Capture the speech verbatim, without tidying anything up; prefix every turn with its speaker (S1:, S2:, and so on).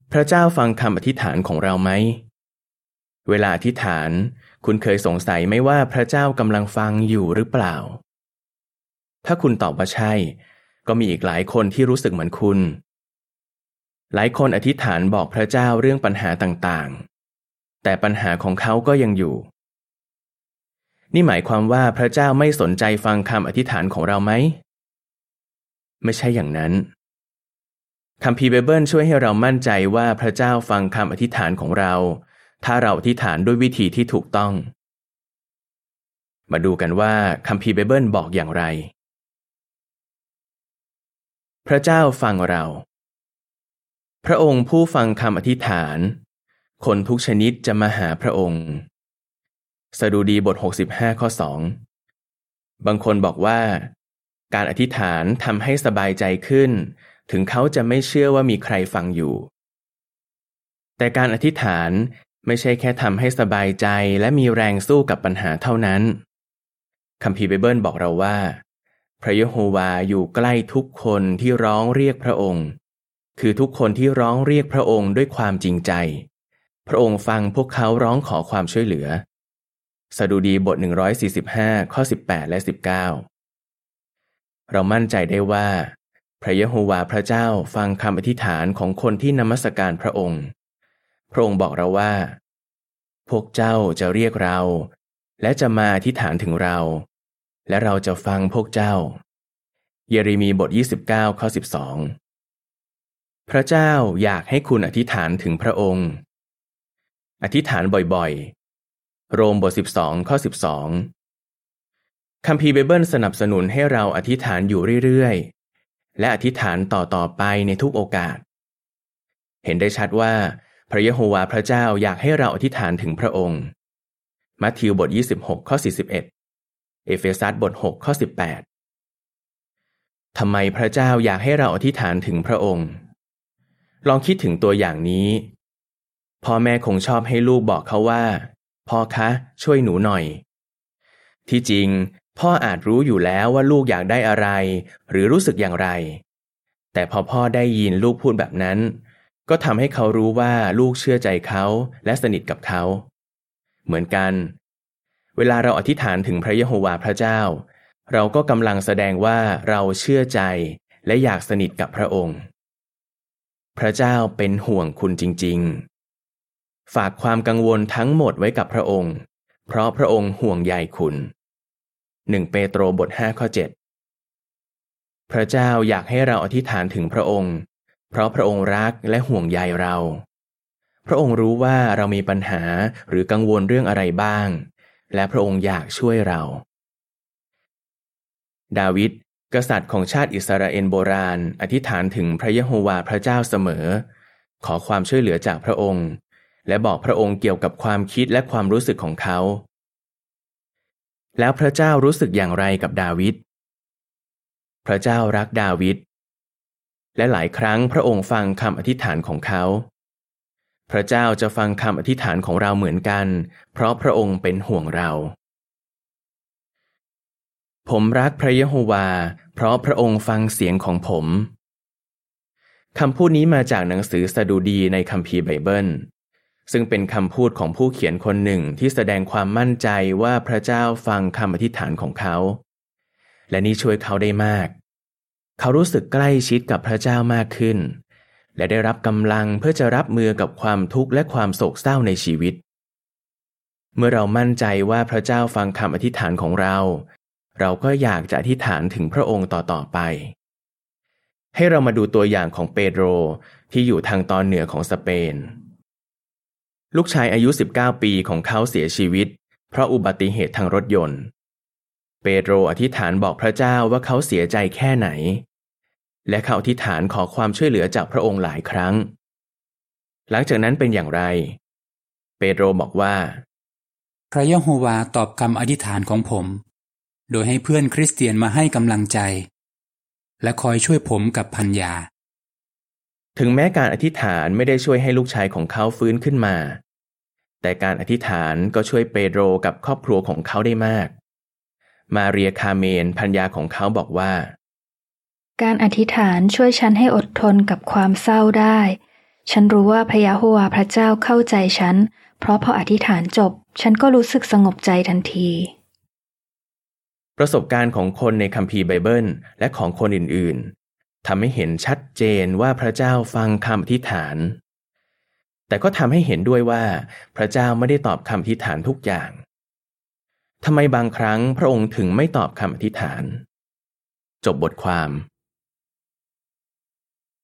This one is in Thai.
S1: พระเจ้าฟังคำอธิษฐานของเราไหมเวลาอธิษฐานคุณเคยสงสัยไหมว่าพระเจ้ากำลังฟังอยู่หรือเปล่าถ้าคุณตอบว่าใช่ก็มีอีกหลายคนที่รู้สึกเหมือนคุณหลายคนอธิษฐานบอกพระเจ้าเรื่องปัญหาต่างๆแต่ปัญหาของเขาก็ยังอยู่นี่หมายความว่าพระเจ้าไม่สนใจฟังคำอธิษฐานของเราไหมไม่ใช่อย่างนั้นคัมภีร์ไบเบิลช่วยให้เรามั่นใจว่าพระเจ้าฟังคำอธิษฐานของเราถ้าเราอธิษฐานด้วยวิธีที่ถูกต้องมาดูกันว่าคัมภีร์ไบเบิลบอกอย่างไรพระเจ้าฟังเราพระองค์ผู้ฟังคำอธิษฐานคนทุกชนิดจะมาหาพระองค์สดุดีบทหกสิบห้าข้อสองบางคนบอกว่าการอธิษฐานทำให้สบายใจขึ้นถึงเขาจะไม่เชื่อว่ามีใครฟังอยู่แต่การอธิษฐานไม่ใช่แค่ทำให้สบายใจและมีแรงสู้กับปัญหาเท่านั้นคัมภีร์ไบเบิลบอกเราว่าพระยโฮวาอยู่ใกล้ทุกคนที่ร้องเรียกพระองค์คือทุกคนที่ร้องเรียกพระองค์ด้วยความจริงใจพระองค์ฟังพวกเขาร้องขอความช่วยเหลือสดุดีบทหนึ่งร้อยสี่สิบห้าข้อสิบแปดและสิบเก้าเรามั่นใจได้ว่าพระยโฮวาพระเจ้าฟังคำอธิษฐานของคนที่นมัสการพระองค์พระองค์บอกเราว่าพวกเจ้าจะเรียกเราและจะมาอธิษฐานถึงเราและเราจะฟังพวกเจ้าเยเรมีบทยี่สิบเก้าข้อสิบสองพระเจ้าอยากให้คุณอธิษฐานถึงพระองค์อธิษฐานบ่อยๆโรมบทสิบสองข้อสิบสองคัมภีร์ไบเบิลสนับสนุนให้เราอธิษฐานอยู่เรื่อยๆและอธิษฐานต่อๆไปในทุกโอกาสเห็นได้ชัดว่าพระยโฮวาพระเจ้าอยากให้เราอธิษฐานถึงพระองค์มัทธิวบทยี่สิบหกข้อสี่สิบเอ็ดเอเฟซัสบทหกข้อสิบแปดทำไมพระเจ้าอยากให้เราอธิษฐานถึงพระองค์ลองคิดถึงตัวอย่างนี้พ่อแม่คงชอบให้ลูกบอกเขาว่าพ่อคะช่วยหนูหน่อยที่จริงพ่ออาจรู้อยู่แล้วว่าลูกอยากได้อะไรหรือรู้สึกอย่างไรแต่พอพ่อได้ยินลูกพูดแบบนั้นก็ทำให้เขารู้ว่าลูกเชื่อใจเขาและสนิทกับเขาเหมือนกันเวลาเราอธิษฐานถึงพระยโฮวาพระเจ้าเราก็กำลังแสดงว่าเราเชื่อใจและอยากสนิทกับพระองค์พระเจ้าเป็นห่วงคุณจริงๆฝากความกังวลทั้งหมดไว้กับพระองค์เพราะพระองค์ห่วงใยคุณหนึ่งเปโตรบทห้าข้อเจ็ดพระเจ้าอยากให้เราอธิษฐานถึงพระองค์เพราะพระองค์รักและห่วงใยเราพระองค์รู้ว่าเรามีปัญหาหรือกังวลเรื่องอะไรบ้างและพระองค์อยากช่วยเราดาวิดกษัตริย์ของชาติอิสราเอลโบราณอธิษฐานถึงพระยโฮวาพระเจ้าเสมอขอความช่วยเหลือจากพระองค์และบอกพระองค์เกี่ยวกับความคิดและความรู้สึกของเขาแล้วพระเจ้ารู้สึกอย่างไรกับดาวิดพระเจ้ารักดาวิดและหลายครั้งพระองค์ฟังคำอธิษฐานของเขาพระเจ้าจะฟังคำอธิษฐานของเราเหมือนกันเพราะพระองค์เป็นห่วงเราผมรักพระยโฮวาเพราะพระองค์ฟังเสียงของผมคำพูดนี้มาจากหนังสือสดุดีในคัมภีร์ไบเบิลซึ่งเป็นคำพูดของผู้เขียนคนหนึ่งที่แสดงความมั่นใจว่าพระเจ้าฟังคำอธิษฐานของเขาและนี่ช่วยเขาได้มากเขารู้สึกใกล้ชิดกับพระเจ้ามากขึ้นและได้รับกำลังเพื่อจะรับมือกับความทุกข์และความโศกเศร้าในชีวิตเมื่อเรามั่นใจว่าพระเจ้าฟังคำอธิษฐานของเราเราก็อยากจะอธิษฐานถึงพระองค์ต่อๆไปให้เรามาดูตัวอย่างของเปโตรที่อยู่ทางตอนเหนือของสเปนลูกชายอายุสิบเก้าปีของเขาเสียชีวิตเพราะอุบัติเหตุทางรถยนต์เปโตรอธิษฐานบอกพระเจ้าว่าเขาเสียใจแค่ไหนและเขาอธิษฐานขอความช่วยเหลือจากพระองค์หลายครั้งหลังจากนั้นเป็นอย่างไรเปโตรบอกว่า
S2: พระยโฮวาตอบคำอธิษฐานของผมโดยให้เพื่อนคริสเตียนมาให้กำลังใจและคอยช่วยผมกับภรรยา
S1: ถึงแม้การอธิษฐานไม่ได้ช่วยให้ลูกชายของเขาฟื้นขึ้นมาแต่การอธิษฐานก็ช่วยเปโตรกับครอบครัวของเขาได้มากมาเรียคาเมนภรรยาของเขาบอกว่า
S3: การอธิษฐานช่วยฉันให้อดทนกับความเศร้าได้ฉันรู้ว่าพระยะโฮวาห์พระเจ้าเข้าใจฉันเพราะพออธิษฐานจบฉันก็รู้สึกสงบใจทันที
S1: ประสบการณ์ของคนในคัมภีร์ไบเบิลและของคนอื่นๆทำให้เห็นชัดเจนว่าพระเจ้าฟังคำอธิษฐานแต่ก็ทำให้เห็นด้วยว่าพระเจ้าไม่ได้ตอบคำอธิษฐานทุกอย่างทำไมบางครั้งพระองค์ถึงไม่ตอบคำอธิษฐานจบบทความ